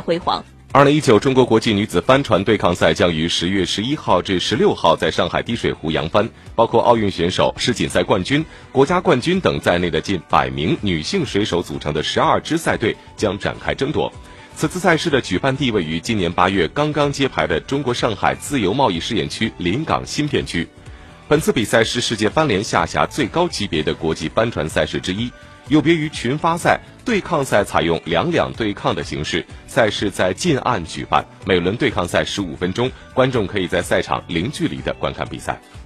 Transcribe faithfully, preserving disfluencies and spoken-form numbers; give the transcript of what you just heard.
辉煌。 二零一九中国国际女子帆船对抗赛将于十月十一号至十六号在上海滴水湖扬帆，包括奥运选手、世锦赛冠军、国家冠军等在内的近百名女性水手组成的十二支赛队将展开争夺。此次赛事的举办地位于今年八月刚刚揭牌的中国上海自由贸易试验区临港新片区。本次比赛是世界帆联下辖最高级别的国际帆船赛事之一，有别于群发赛，对抗赛采用两两对抗的形式，赛事在近岸举办，每轮对抗赛十五分钟，观众可以在赛场零距离的观看比赛。